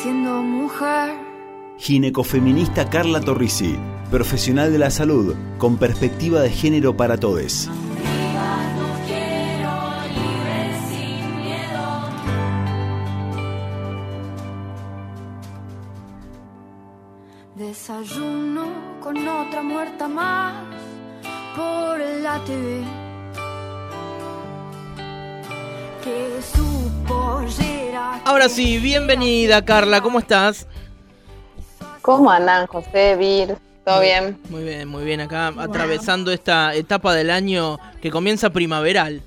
siendo mujer. Ginecofeminista Carla Torrisi, profesional de la salud, con perspectiva de género para todes. Desayuno con otra muerta más por la TV. Que su pollera. Ahora sí, bienvenida Carla, ¿cómo estás? ¿Cómo andan, José, Vir? ¿Todo bien? Muy bien, acá atravesando esta etapa del año que comienza primaveral.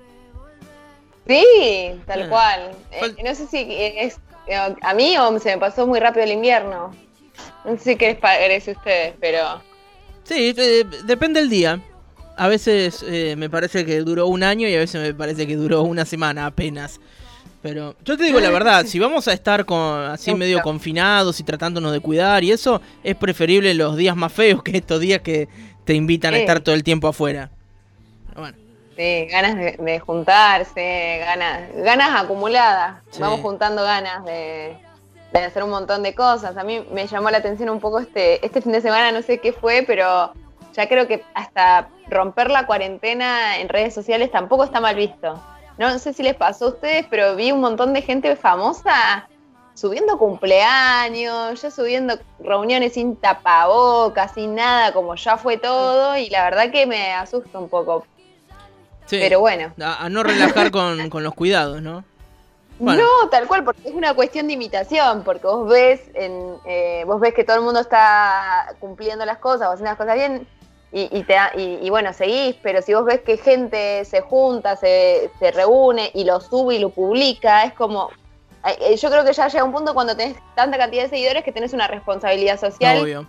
Sí, tal cual. No sé si es a mí o se me pasó muy rápido el invierno. No sé qué les parece a ustedes, pero... Sí, depende del día. A veces me parece que duró un año y a veces me parece que duró una semana apenas. Pero yo te digo la verdad, si vamos a estar así medio confinados y tratándonos de cuidar y eso, es preferible los días más feos que estos días que te invitan a estar todo el tiempo afuera. Pero bueno. Sí, ganas de juntarse, ganas acumuladas. Sí. Vamos juntando ganas de hacer un montón de cosas. A mí me llamó la atención un poco este fin de semana, no sé qué fue, pero ya creo que hasta romper la cuarentena en redes sociales tampoco está mal visto. No sé si les pasó a ustedes, pero vi un montón de gente famosa subiendo cumpleaños, ya subiendo reuniones sin tapabocas, sin nada, como ya fue todo, y la verdad que me asusta un poco. Sí, pero bueno. A no relajar con los cuidados, ¿no? Bueno. No, tal cual, porque es una cuestión de imitación, porque vos ves que todo el mundo está cumpliendo las cosas o haciendo las cosas bien, y bueno, seguís, pero si vos ves que gente se junta, se reúne y lo sube y lo publica, es como... Yo creo que ya llega un punto cuando tenés tanta cantidad de seguidores que tenés una responsabilidad social. Obvio.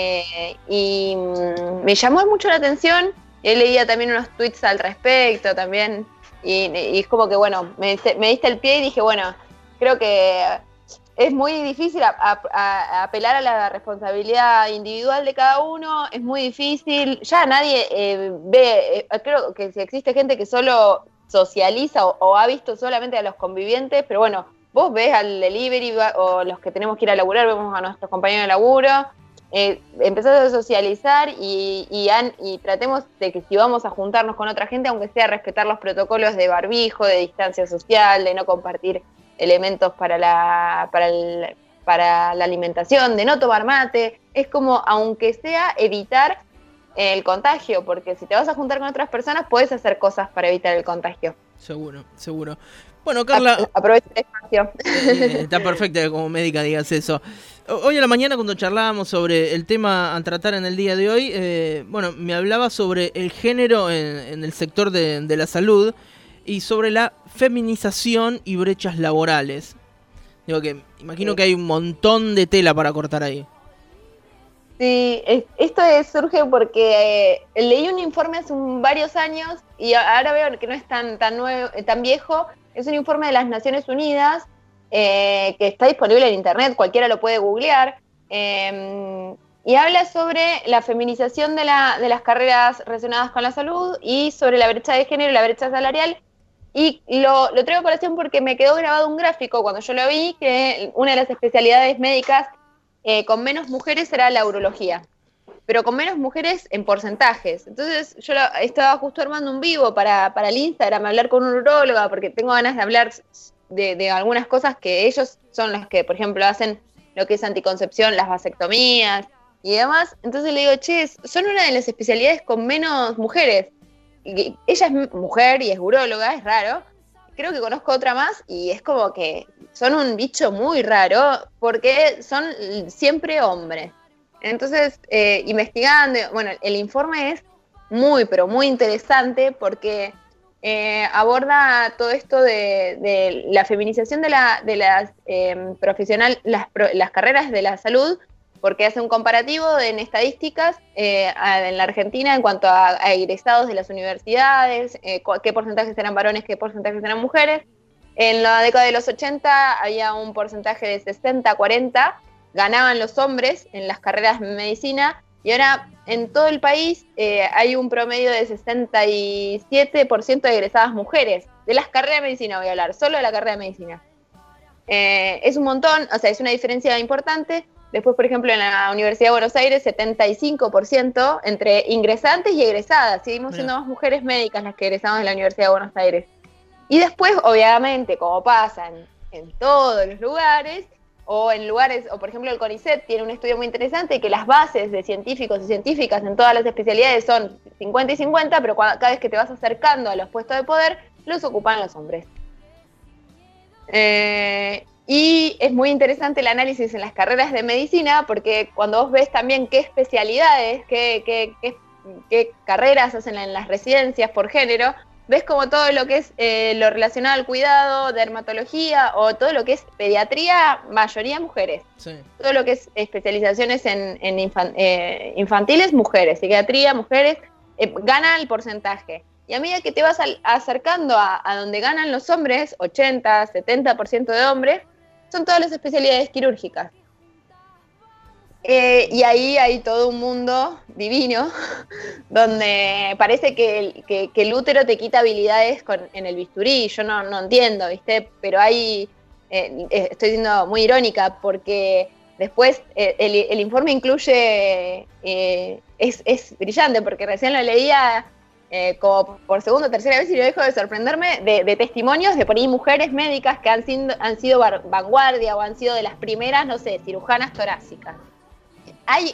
Y me llamó mucho la atención. Yo leía también unos tweets al respecto también. Y es como que, bueno, me diste el pie y dije, bueno, creo que es muy difícil apelar a la responsabilidad individual de cada uno, es muy difícil. Ya nadie ve, creo que si existe gente que solo socializa o ha visto solamente a los convivientes, pero bueno, vos ves al delivery o los que tenemos que ir a laburar, vemos a nuestros compañeros de laburo, empezás a socializar y tratemos de que si vamos a juntarnos con otra gente, aunque sea respetar los protocolos de barbijo, de distancia social, de no compartir elementos para la alimentación, de no tomar mate, es como, aunque sea, evitar el contagio, porque si te vas a juntar con otras personas, puedes hacer cosas para evitar el contagio. Seguro. Bueno, Carla... Aprovecha el espacio. Está perfecto que como médica digas eso. Hoy a la mañana, cuando charlábamos sobre el tema a tratar en el día de hoy, me hablaba sobre el género en el sector de la salud y sobre la feminización y brechas laborales. Digo que imagino que hay un montón de tela para cortar ahí. Sí, esto surge porque leí un informe hace varios años y ahora veo que no es tan nuevo, tan viejo. Es un informe de las Naciones Unidas que está disponible en internet, cualquiera lo puede googlear, y habla sobre la feminización de las carreras relacionadas con la salud y sobre la brecha de género y la brecha salarial. Y lo traigo a colación porque me quedó grabado un gráfico cuando yo lo vi, que una de las especialidades médicas con menos mujeres era la urología, pero con menos mujeres en porcentajes. Entonces yo estaba justo armando un vivo para el Instagram, hablar con una uróloga, porque tengo ganas de hablar de algunas cosas que ellos son los que, por ejemplo, hacen lo que es anticoncepción, las vasectomías y demás. Entonces le digo, son una de las especialidades con menos mujeres. Y ella es mujer y es uróloga, es raro. Creo que conozco otra más y es como que son un bicho muy raro porque son siempre hombres. Entonces, investigando, bueno, el informe es muy, pero muy interesante porque aborda todo esto de la feminización de las las carreras de la salud, porque hace un comparativo en estadísticas en la Argentina en cuanto a egresados de las universidades, qué porcentajes eran varones, qué porcentajes eran mujeres. En la década de los 80 había un porcentaje de 60-40, ganaban los hombres en las carreras de medicina, y ahora en todo el país hay un promedio de 67% de egresadas mujeres. De las carreras de medicina voy a hablar, solo de la carrera de medicina. es un montón, o sea, es una diferencia importante. Después, por ejemplo, en la Universidad de Buenos Aires, 75% entre ingresantes y egresadas. Seguimos siendo más mujeres médicas las que egresamos de la Universidad de Buenos Aires. Y después, obviamente, como pasa en todos los lugares, o en lugares, o por ejemplo el CONICET tiene un estudio muy interesante que las bases de científicos y científicas en todas las especialidades son 50 y 50, pero cada vez que te vas acercando a los puestos de poder, los ocupan los hombres. Y es muy interesante el análisis en las carreras de medicina, porque cuando vos ves también qué especialidades, qué carreras hacen en las residencias por género, ves como todo lo que es lo relacionado al cuidado, dermatología o todo lo que es pediatría, mayoría mujeres. Sí. Todo lo que es especializaciones en infantiles, mujeres. Psiquiatría, mujeres, gana el porcentaje. Y a medida que te vas acercando a donde ganan los hombres, 80, 70% de hombres, son todas las especialidades quirúrgicas. Y ahí hay todo un mundo divino donde parece que el útero te quita habilidades en el bisturí. Yo no entiendo, ¿viste? Pero hay, estoy siendo muy irónica porque después el informe incluye, es brillante porque recién lo leía como por segunda o tercera vez y no dejo de sorprenderme de testimonios de por ahí mujeres médicas que han sido vanguardia o han sido de las primeras, no sé, cirujanas torácicas. Hay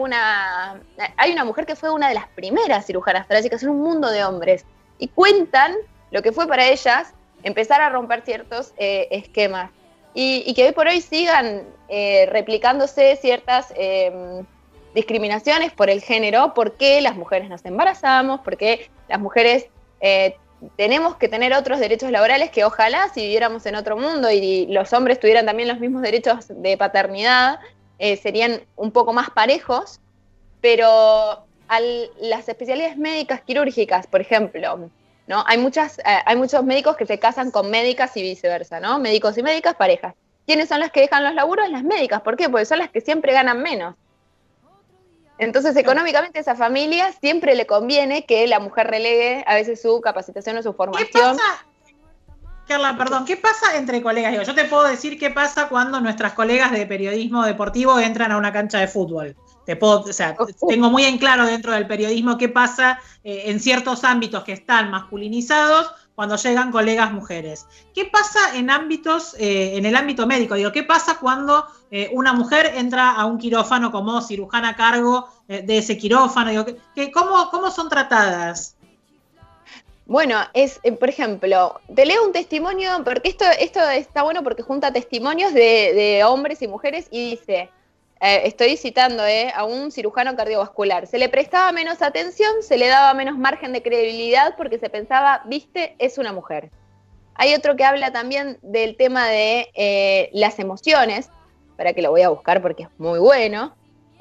una mujer que fue una de las primeras cirujanas torácicas en un mundo de hombres y cuentan lo que fue para ellas empezar a romper ciertos esquemas y que hoy por hoy sigan replicándose ciertas discriminaciones por el género, porque las mujeres nos embarazamos, porque las mujeres tenemos que tener otros derechos laborales que ojalá si viviéramos en otro mundo y los hombres tuvieran también los mismos derechos de paternidad, serían un poco más parejos, pero las especialidades médicas quirúrgicas, por ejemplo, ¿no? Hay muchos médicos que se casan con médicas y viceversa, ¿no? Médicos y médicas parejas. ¿Quiénes son las que dejan los laburos? Las médicas. ¿Por qué? Porque son las que siempre ganan menos. Entonces, económicamente a esa familia siempre le conviene que la mujer relegue a veces su capacitación o su formación. ¿Qué pasa? Carla, perdón, ¿qué pasa entre colegas? Yo te puedo decir qué pasa cuando nuestras colegas de periodismo deportivo entran a una cancha de fútbol. Tengo muy en claro dentro del periodismo qué pasa en ciertos ámbitos que están masculinizados cuando llegan colegas mujeres. ¿Qué pasa en el ámbito médico? ¿Qué pasa cuando una mujer entra a un quirófano como cirujana a cargo de ese quirófano? ¿Cómo son tratadas? Bueno, por ejemplo, te leo un testimonio, porque esto está bueno porque junta testimonios de hombres y mujeres y dice, estoy citando a un cirujano cardiovascular, se le prestaba menos atención, se le daba menos margen de credibilidad porque se pensaba, viste, es una mujer. Hay otro que habla también del tema de las emociones, para que lo voy a buscar porque es muy bueno,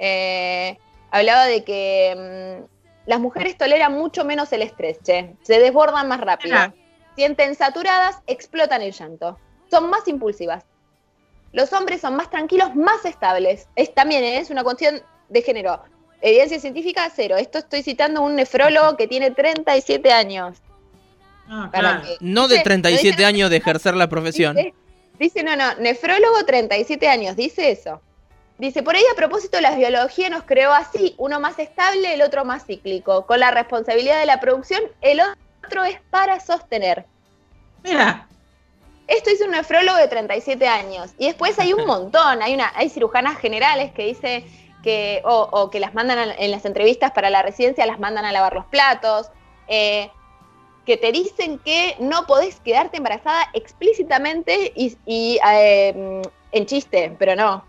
hablaba de que las mujeres toleran mucho menos el estrés, se desbordan más rápido, sienten saturadas, explotan el llanto, son más impulsivas. Los hombres son más tranquilos, más estables. También es una cuestión de género. Evidencia científica, 0. Esto estoy citando a un nefrólogo que tiene 37 años. Claro. No de 37 años de ejercer la profesión. Dice, nefrólogo 37 años, dice eso. Dice, por ahí a propósito la biología nos creó así, uno más estable, el otro más cíclico. Con la responsabilidad de la producción, el otro es para sostener. Mira. Esto hizo un nefrólogo de 37 años. Y después hay un montón. Hay cirujanas generales que dice que, o que las mandan en las entrevistas para la residencia, las mandan a lavar los platos, que te dicen que no podés quedarte embarazada explícitamente y en chiste, pero no.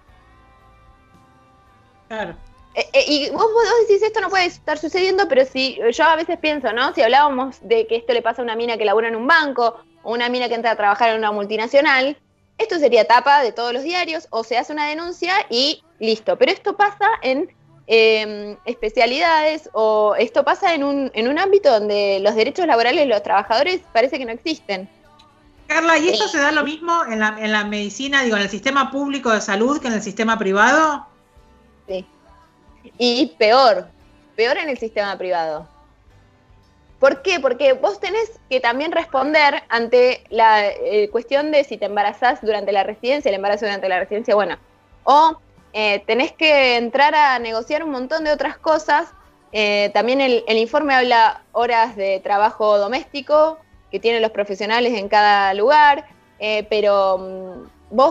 Claro. Y vos decís, esto no puede estar sucediendo, pero si yo a veces pienso, ¿no? Si hablábamos de que esto le pasa a una mina que labura en un banco, o una mina que entra a trabajar en una multinacional, esto sería tapa de todos los diarios, o se hace una denuncia y listo. Pero esto pasa en especialidades, o esto pasa en un ámbito donde los derechos laborales de los trabajadores parece que no existen. Carla, ¿y esto se da lo mismo en la medicina, en el sistema público de salud que en el sistema privado? Sí. Y peor en el sistema privado. ¿Por qué? Porque vos tenés que también responder ante la cuestión de si te embarazás durante la residencia, el embarazo durante la residencia, bueno, o tenés que entrar a negociar un montón de otras cosas. También el informe habla horas de trabajo doméstico que tienen los profesionales en cada lugar, pero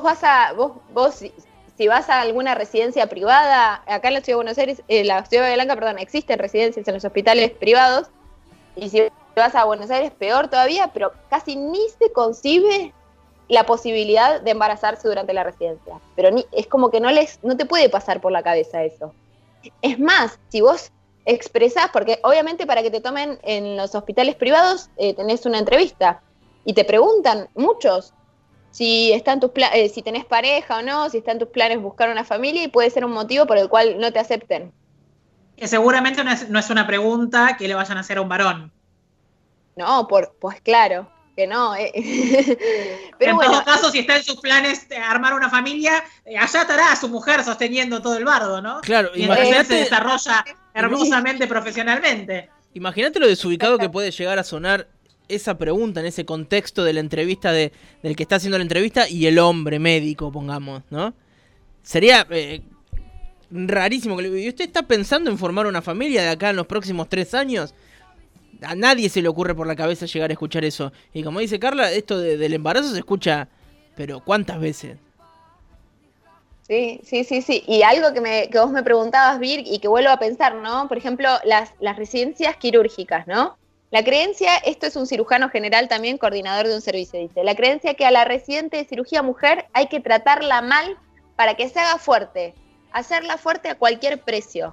si vas a alguna residencia privada, acá en la Ciudad de Buenos Aires, la Ciudad de Blanca, perdón, existen residencias en los hospitales privados, y si vas a Buenos Aires, peor todavía, pero casi ni se concibe la posibilidad de embarazarse durante la residencia. Pero es como que no te puede pasar por la cabeza eso. Es más, si vos expresás, porque obviamente para que te tomen en los hospitales privados tenés una entrevista, y te preguntan muchos si si tenés pareja o no, si está en tus planes buscar una familia, y puede ser un motivo por el cual no te acepten. Que seguramente no es una pregunta que le vayan a hacer a un varón. No, pues claro, que no. Pero en todo caso, si está en sus planes armar una familia, allá estará su mujer sosteniendo todo el bardo, ¿no? Claro, imagínate. Se desarrolla hermosamente profesionalmente. Imagínate lo desubicado que puede llegar a sonar esa pregunta en ese contexto de la entrevista del que está haciendo la entrevista y el hombre médico, pongamos, ¿no? Sería rarísimo. ¿Y usted está pensando en formar una familia de acá en los próximos 3 años? A nadie se le ocurre por la cabeza llegar a escuchar eso. Y como dice Carla, esto del embarazo se escucha, pero ¿cuántas veces? Sí. Y algo que vos me preguntabas, Vir, y que vuelvo a pensar, ¿no? Por ejemplo, las residencias quirúrgicas, ¿no? La creencia, esto es un cirujano general también, coordinador de un servicio, dice, la creencia que a la residente de cirugía mujer hay que tratarla mal para que se haga fuerte, hacerla fuerte a cualquier precio.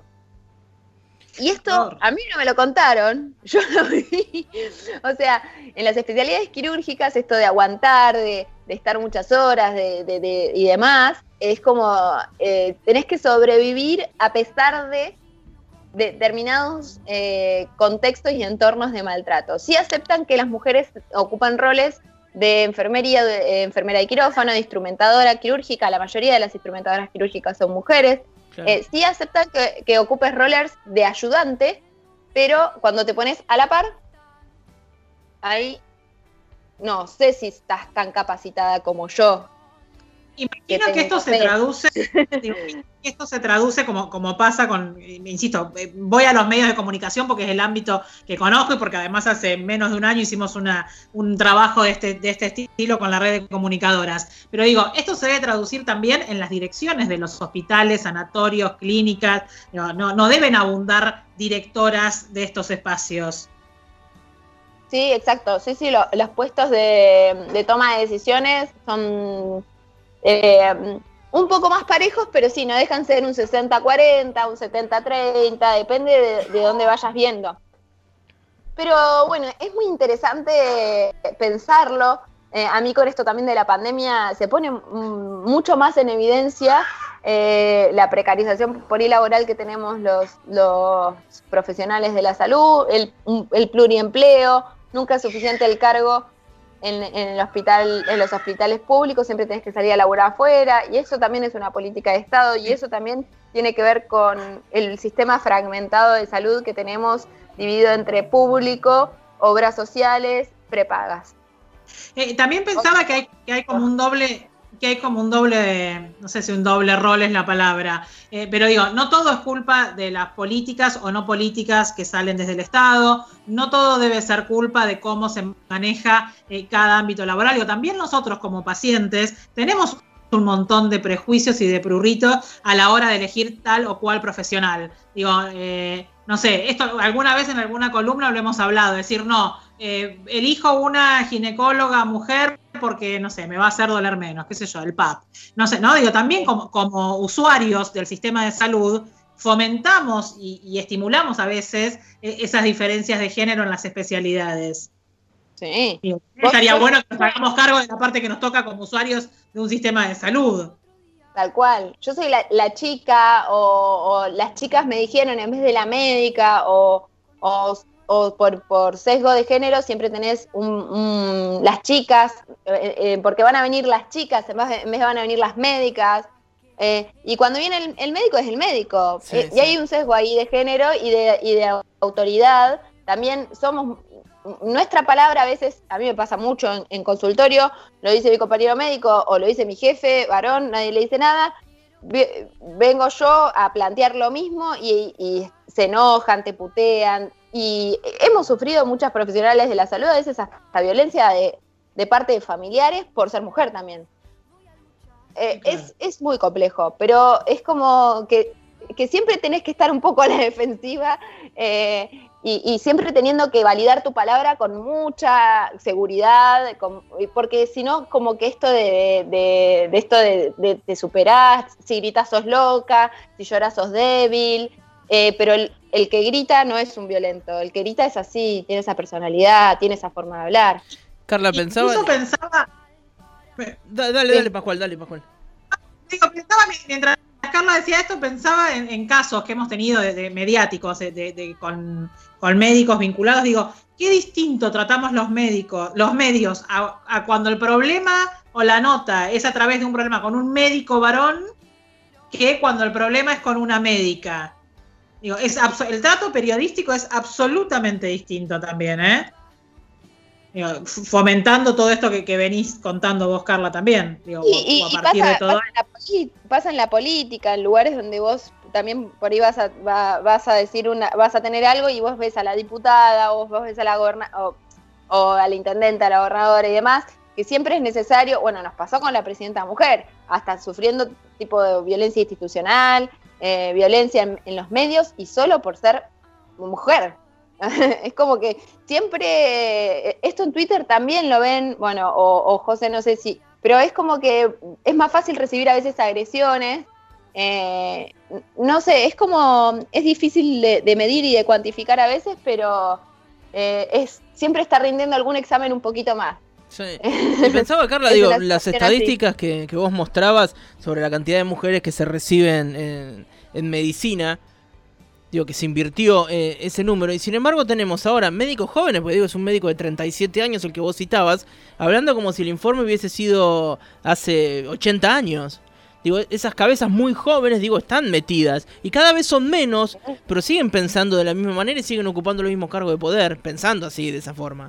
Y esto a mí no me lo contaron, yo lo vi. O sea, en las especialidades quirúrgicas, esto de aguantar, de estar muchas horas y demás, es como tenés que sobrevivir a pesar de determinados contextos y entornos de maltrato. Sí aceptan que las mujeres ocupan roles de enfermería, enfermera de quirófano, de instrumentadora quirúrgica. La mayoría de las instrumentadoras quirúrgicas son mujeres. Claro. Sí aceptan que ocupes roles de ayudante, pero cuando te pones a la par, ahí no sé si estás tan capacitada como yo. Imagino que esto se traduce como pasa con, insisto, voy a los medios de comunicación porque es el ámbito que conozco y porque además hace menos de un año hicimos un trabajo de este estilo con la red de comunicadoras. Pero digo, esto se debe traducir también en las direcciones de los hospitales, sanatorios, clínicas. No deben abundar directoras de estos espacios. Sí, exacto. Sí, los puestos de toma de decisiones son un poco más parejos, pero sí, no dejan ser un 60-40, un 70-30, depende de dónde vayas viendo. Pero bueno, es muy interesante pensarlo. A mí con esto también de la pandemia se pone mucho más en evidencia la precarización polilaboral que tenemos los profesionales de la salud, el pluriempleo, nunca es suficiente el cargo en los hospitales públicos, siempre tenés que salir a laburar afuera, y eso también es una política de Estado, y eso también tiene que ver con el sistema fragmentado de salud que tenemos, dividido entre público, obras sociales, prepagas. También pensaba que hay como un doble, no sé si un doble rol es la palabra, pero digo, no todo es culpa de las políticas o no políticas que salen desde el Estado, no todo debe ser culpa de cómo se maneja cada ámbito laboral. Digo, también nosotros como pacientes tenemos un montón de prejuicios y de prurritos a la hora de elegir tal o cual profesional. Digo, no sé, esto alguna vez en alguna columna lo hemos hablado, decir, no, elijo una ginecóloga mujer porque, no sé, me va a hacer doler menos, qué sé yo, el PAP. No sé, ¿no? Digo, también como usuarios del sistema de salud, fomentamos y estimulamos a veces esas diferencias de género en las especialidades. Sí. Digo, estaría bueno que nos hagamos cargo de la parte que nos toca como usuarios de un sistema de salud. Tal cual. Yo soy la chica, o las chicas me dijeron en vez de la médica, o por sesgo de género siempre tenés las chicas, porque van a venir las chicas, en vez de van a venir las médicas, y cuando viene el médico es el médico, sí, y hay un sesgo ahí de género y de autoridad. También somos nuestra palabra a veces, a mí me pasa mucho en consultorio, lo dice mi compañero médico o lo dice mi jefe, varón, nadie le dice nada, vengo yo a plantear lo mismo y se enojan, te putean, y hemos sufrido muchas profesionales de la salud, a veces hasta violencia de parte de familiares por ser mujer también. Es muy complejo, pero es como que siempre tenés que estar un poco a la defensiva y siempre teniendo que validar tu palabra con mucha seguridad, porque si no, como que esto de te superás, si gritas sos loca, si lloras sos débil, pero el que grita no es un violento, el que grita es así, tiene esa personalidad, tiene esa forma de hablar. Carla, pensaba... Dale, Pascual. Digo, pensaba, mientras Carla decía esto, pensaba en casos que hemos tenido de mediáticos, con médicos vinculados. Digo, qué distinto tratamos los medios a cuando el problema o la nota es a través de un problema con un médico varón, que cuando el problema es con una médica. Digo, el trato periodístico es absolutamente distinto también, ¿eh? Digo, fomentando todo esto que venís contando vos, Carla, también. Digo, a partir de todo. Pasa en la política, en lugares donde vos también por ahí vas a decir vas a tener algo y vos ves a la diputada, o vos ves a la o a la intendente, a la gobernadora y demás, que siempre es necesario, bueno, nos pasó con la presidenta mujer, hasta sufriendo tipo de violencia institucional, violencia en los medios, y solo por ser mujer. Es como que siempre, esto en Twitter también lo ven, bueno, o José, no sé si, pero es como que es más fácil recibir a veces agresiones, no sé, es difícil de medir y de cuantificar a veces, pero siempre está rindiendo algún examen un poquito más. Sí. Y pensaba, Carla, las estadísticas que vos mostrabas sobre la cantidad de mujeres que se reciben en medicina, que se invirtió ese número, y sin embargo tenemos ahora médicos jóvenes, porque es un médico de 37 años el que vos citabas, hablando como si el informe hubiese sido hace 80 años. Esas cabezas muy jóvenes, están metidas, y cada vez son menos, pero siguen pensando de la misma manera y siguen ocupando los mismos cargos de poder, pensando así, de esa forma.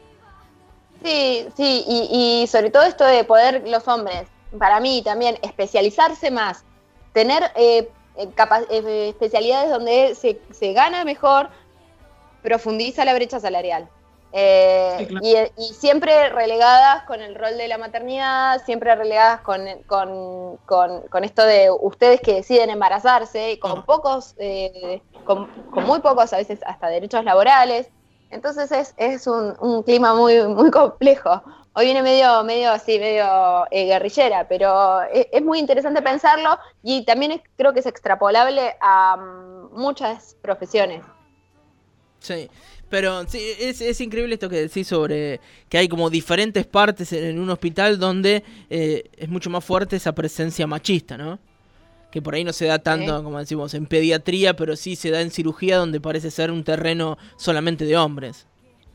Sí, y sobre todo esto de poder los hombres, para mí también, especializarse más, tener especialidades donde se gana mejor, profundiza la brecha salarial. Sí, claro. Y siempre relegadas con el rol de la maternidad, siempre relegadas con esto de ustedes que deciden embarazarse, con muy pocos a veces hasta derechos laborales. Entonces es un clima muy, muy complejo. Hoy viene medio guerrillera, pero es muy interesante pensarlo, y también creo que es extrapolable a muchas profesiones. Sí, pero sí, es increíble esto que decís sobre que hay como diferentes partes en un hospital donde es mucho más fuerte esa presencia machista, ¿no? Que por ahí no se da tanto, como decimos, en pediatría, pero sí se da en cirugía, donde parece ser un terreno solamente de hombres.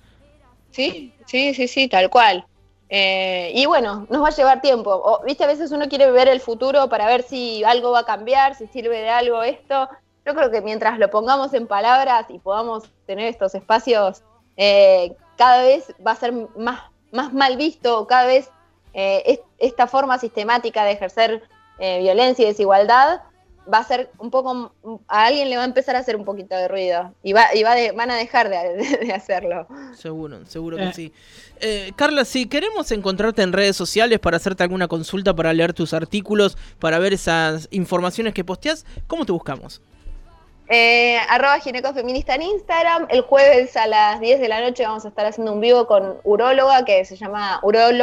Sí, tal cual. Y bueno, nos va a llevar tiempo. ¿Viste? A veces uno quiere ver el futuro para ver si algo va a cambiar, si sirve de algo esto. Yo creo que mientras lo pongamos en palabras y podamos tener estos espacios, cada vez va a ser más mal visto, cada vez esta forma sistemática de ejercer violencia y desigualdad va a ser un poco, a alguien le va a empezar a hacer un poquito de ruido y van a dejar de hacerlo. Seguro que sí. Carla, si queremos encontrarte en redes sociales para hacerte alguna consulta, para leer tus artículos, para ver esas informaciones que posteas, ¿cómo te buscamos? @ginecofeminista en Instagram. El jueves a las 10 de la noche vamos a estar haciendo un vivo con uróloga que se llama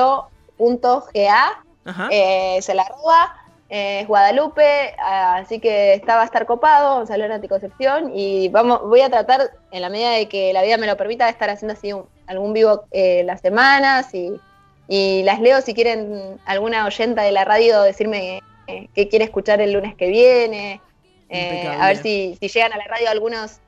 urolo.ga. Se la arroba. Es Guadalupe, así que va a estar copado, vamos a hablar de anticoncepción y voy a tratar, en la medida de que la vida me lo permita, de estar haciendo así algún vivo las semanas y las leo si quieren alguna oyenta de la radio decirme qué quiere escuchar el lunes que viene, a ver si llegan a la radio algunos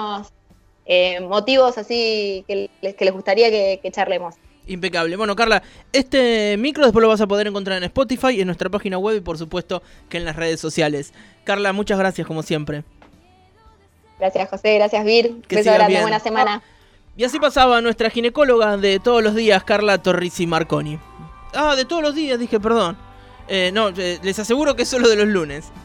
motivos así que les gustaría que charlemos. Impecable. Bueno, Carla, este micro después lo vas a poder encontrar en Spotify, en nuestra página web y por supuesto que en las redes sociales. Carla, muchas gracias como siempre. Gracias, José, gracias, Vir. Beso grande, buena semana. Y así pasaba nuestra ginecóloga de todos los días, Carla Torrisi Marconi. Ah, de todos los días, dije, perdón. No, les aseguro que es solo de los lunes.